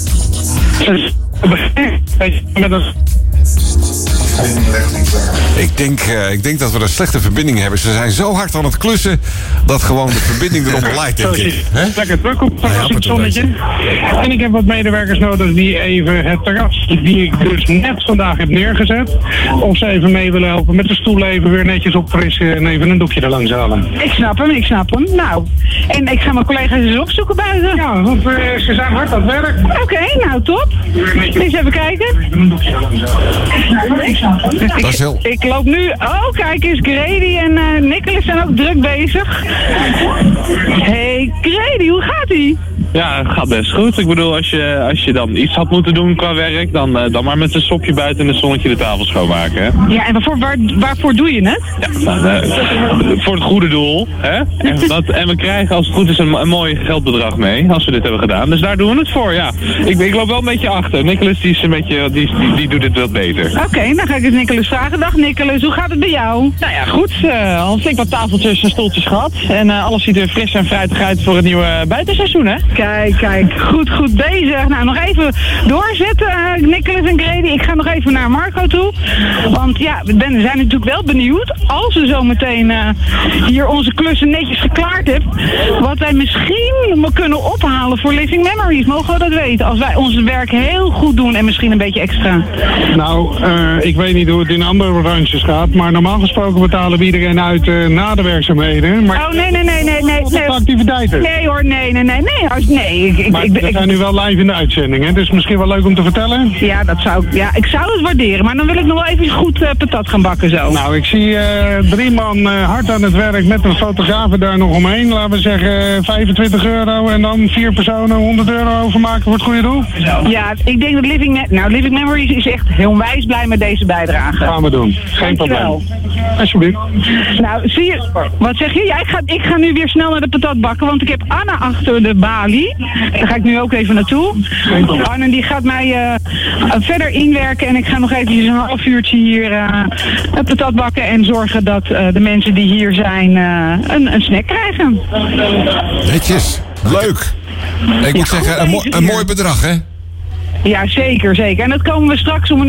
met een... Ik denk dat we een slechte verbinding hebben. Ze zijn zo hard aan het klussen dat gewoon de verbinding eronder lijkt, denk ik. Lekker druk op het zonnetje. En ik heb wat medewerkers nodig die even het terras, die ik dus net vandaag heb neergezet, of ze even mee willen helpen met de stoelen even weer netjes opfrissen en even een doekje er langs halen. Ik snap hem. Nou, en ik ga mijn collega's eens opzoeken buiten. Ja, want ze zijn hard aan het werk. Oké, nou top. Eens even kijken. Even een doekje er langs halen. Ik loop nu... Oh, kijk eens, Grady en Nicolas zijn ook druk bezig. Hey, Grady, hoe gaat-ie? Ja, het gaat best goed. Ik bedoel, als je dan iets had moeten doen qua werk, dan maar met een sopje buiten en een zonnetje de tafel schoonmaken. Hè? Ja, en waarvoor doe je het? Ja, voor het goede doel. Hè? En we krijgen, als het goed is, een mooi geldbedrag mee, als we dit hebben gedaan. Dus daar doen we het voor, ja. Ik loop wel een beetje achter. Nicolas, die doet het wat beter. Oké, dan ga ik eens Nicolas vragen. Dag Nicolas, hoe gaat het bij jou? Nou ja, goed. Al flink wat tafeltjes en stoeltjes gehad. En alles ziet er fris en fruitig uit voor het nieuwe buitenseizoen, hè? Kijk, goed bezig. Nou, nog even doorzetten, Nicolas en Grady. Ik ga nog even naar Marco toe. Want ja, we zijn natuurlijk wel benieuwd, als we zo meteen hier onze klussen netjes geklaard hebben, wat wij misschien kunnen ophalen voor Living Memories. Mogen we dat weten? Als wij ons werk heel goed doen en misschien een beetje extra. Nou, ik weet niet hoe het in andere branches gaat, maar normaal gesproken betalen we iedereen uit na de werkzaamheden. Maar nee. Activiteiten. Nee hoor, nee. Maar we zijn nu wel live in de uitzending, hè? Dus misschien wel leuk om te vertellen. Ja, ik zou het waarderen, maar dan wil ik nog wel even goed patat gaan bakken zo. Nou, ik zie 3 man hard aan het werk met een fotograaf daar nog omheen. Laten we zeggen €25 en dan 4 personen €100 overmaken voor het goede doel. Ja, ik denk dat Living Memories is echt heel wijs blij met deze bijdrage. Gaan we doen. Geen probleem. Alsjeblieft. Nou, zie je, wat zeg je? Ja, ik ga nu weer snel naar de patat bakken, want ik heb Anna achter de balie. Daar ga ik nu ook even naartoe. Anna die gaat mij verder inwerken en ik ga nog eventjes een half uurtje hier patat bakken en zorgen dat de mensen die hier zijn een snack krijgen. Netjes. Leuk. Ik moet zeggen, een mooi bedrag, hè? Ja, zeker. En dat komen we straks om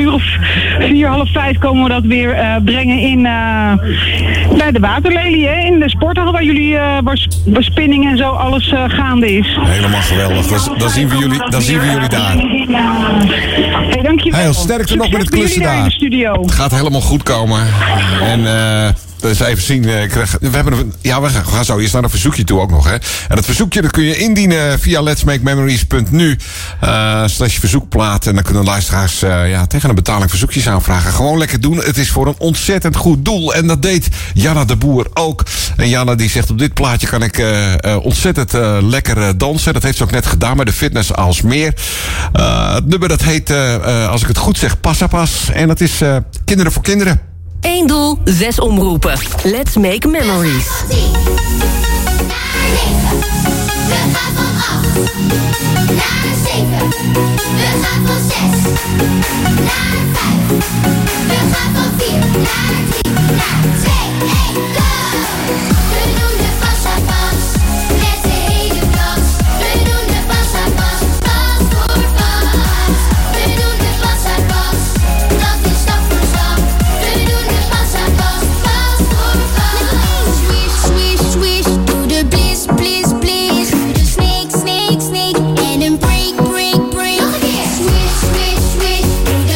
4:30 komen we dat weer brengen in bij de Waterlelie, hè? In de sporthal waar jullie waar spinning en zo alles gaande is. Helemaal geweldig. Dan zien we jullie daar. Hey, dankjewel. Heel sterkte nog met het klussen daar. Het gaat helemaal goed komen. En dus even zien. We gaan zo eerst naar een verzoekje toe ook nog. Hè. En dat verzoekje dat kun je indienen via letsmakememories.nu /verzoekplaat. En dan kunnen luisteraars tegen een betaling verzoekjes aanvragen. Gewoon lekker doen. Het is voor een ontzettend goed doel. En dat deed Janna de Boer ook. En Janna die zegt, op dit plaatje kan ik ontzettend lekker dansen. Dat heeft ze ook net gedaan bij de Fitness Aalsmeer. Het nummer dat heet, als ik het goed zeg, Passapas. En dat is Kinderen voor Kinderen. 1 doel, 6 omroepen. Let's make memories. We gaan van 8 naar 7. We gaan van 6 naar 5. We gaan van 4 naar 3 naar 2, 1, go! We doen de passapas met de hele klas. We doen de passapas, pas voor pas. We doen de passapas, dat is stap voor stap. We doen de passapas, pas voor pas. Swish, swish, swish, doe de bliss, bliss, bliss. Doe de snake, snake, snake en een break, break, break. Nog een keer. Swish, swish, swish,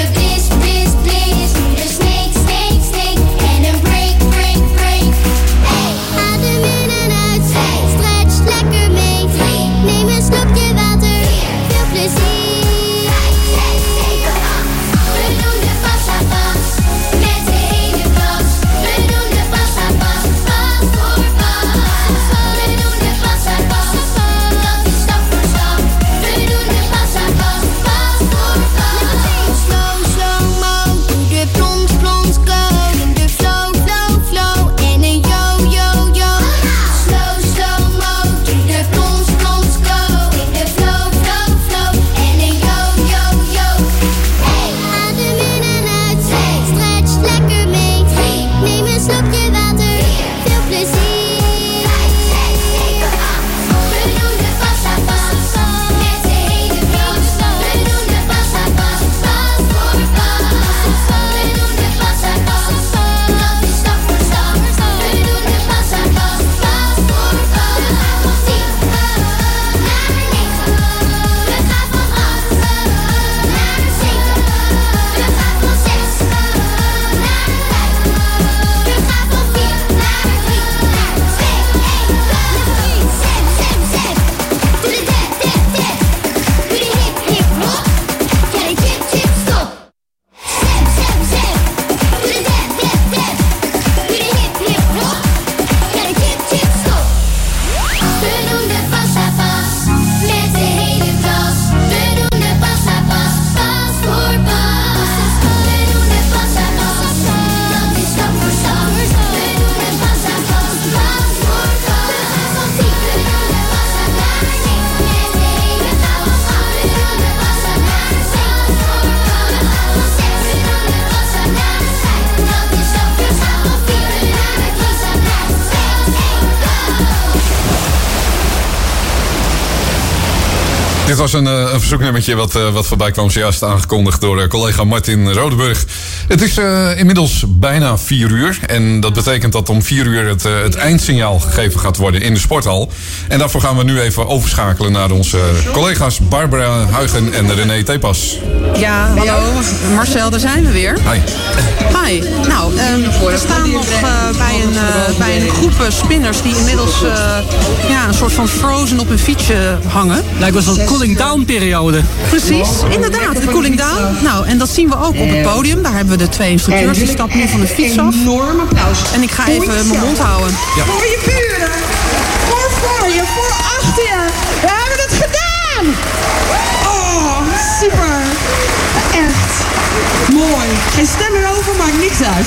Dit was een verzoeknummertje wat voorbij kwam, zojuist aangekondigd door collega Martin Rodeburg. Het is inmiddels bijna 4 uur. En dat betekent dat om 4 uur het eindsignaal gegeven gaat worden in de sporthal. En daarvoor gaan we nu even overschakelen naar onze collega's Barbara Huigen en René Tepas. Ja, hallo. Marcel, daar zijn we weer. Hi. Hi. Nou, we staan nog bij een groep spinners die inmiddels een soort van frozen op een fietsje hangen. Lijkt wel zo'n cooling down periode. Precies, inderdaad, de cooling down. Nou, en dat zien we ook op het podium. Daar hebben we de 2 instructeurs. Die stappen nu van de fiets af. Enorm applaus. En ik ga even mijn mond houden. Ja. Voor je buren. Voor je, voor achter je. We hebben het gedaan. Oh, super. Echt. Mooi. Geen stem erover, maakt niks uit.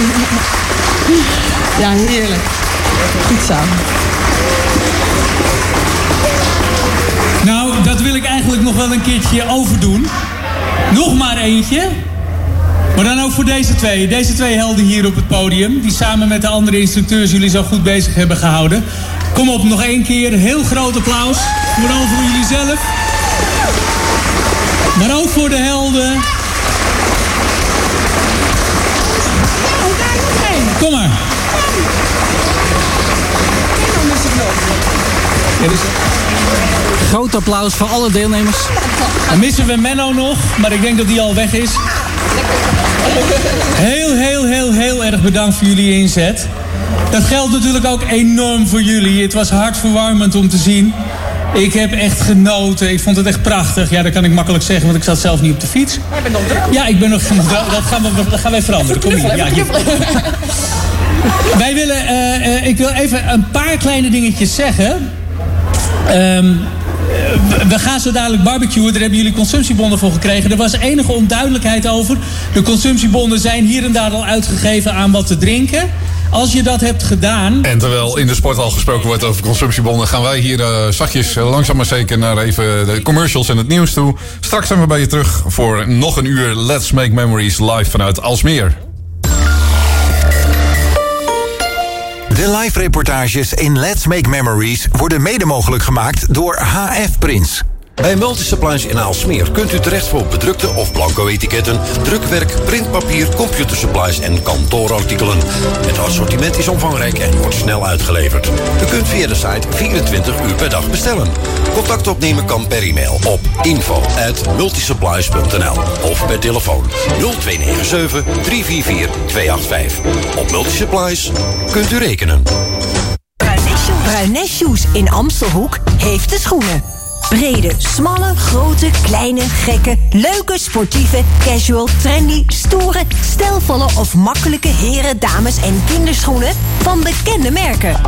Ja, heerlijk. Goed zo. Nou, dat wil ik eigenlijk nog wel een keertje overdoen. Nog maar eentje. Maar dan ook voor deze twee. Deze 2 helden hier op het podium. Die samen met de andere instructeurs jullie zo goed bezig hebben gehouden. Kom op, nog 1 keer. Heel groot applaus. Vooral voor jullie zelf. Maar ook voor de helden. Kom maar. Groot applaus voor alle deelnemers. Dan missen we Menno nog, maar ik denk dat die al weg is. Heel erg bedankt voor jullie inzet. Dat geldt natuurlijk ook enorm voor jullie. Het was hartverwarmend om te zien. Ik heb echt genoten. Ik vond het echt prachtig. Ja, dat kan ik makkelijk zeggen, want ik zat zelf niet op de fiets. Jij bent nog druk. Ja, ik ben nog dat gaan we veranderen. Kom hier. Ja, hier. Wij willen, ik wil even een paar kleine dingetjes zeggen. We gaan zo dadelijk barbecuen. Daar hebben jullie consumptiebonnen voor gekregen. Er was enige onduidelijkheid over. De consumptiebonnen zijn hier en daar al uitgegeven aan wat te drinken. Als je dat hebt gedaan... En terwijl in de sporthal gesproken wordt over consumptiebonnen, gaan wij hier zachtjes langzaam maar zeker naar even de commercials en het nieuws toe. Straks zijn we bij je terug voor nog een uur Let's Make Memories live vanuit Aalsmeer. De live-reportages in Let's Make Memories worden mede mogelijk gemaakt door HF Prins. Bij Multisupplies in Aalsmeer kunt u terecht voor bedrukte of blanco-etiketten, drukwerk, printpapier, computersupplies en kantoorartikelen. Het assortiment is omvangrijk en wordt snel uitgeleverd. U kunt via de site 24 uur per dag bestellen. Contact opnemen kan per e-mail op info@multisupplies.nl of per telefoon 0297 344 285. Op Multisupplies kunt u rekenen. Bruines Shoes in Amstelhoek heeft de schoenen. Brede, smalle, grote, kleine, gekke, leuke, sportieve, casual, trendy, stoere, stijlvolle of makkelijke heren, dames en kinderschoenen van bekende merken.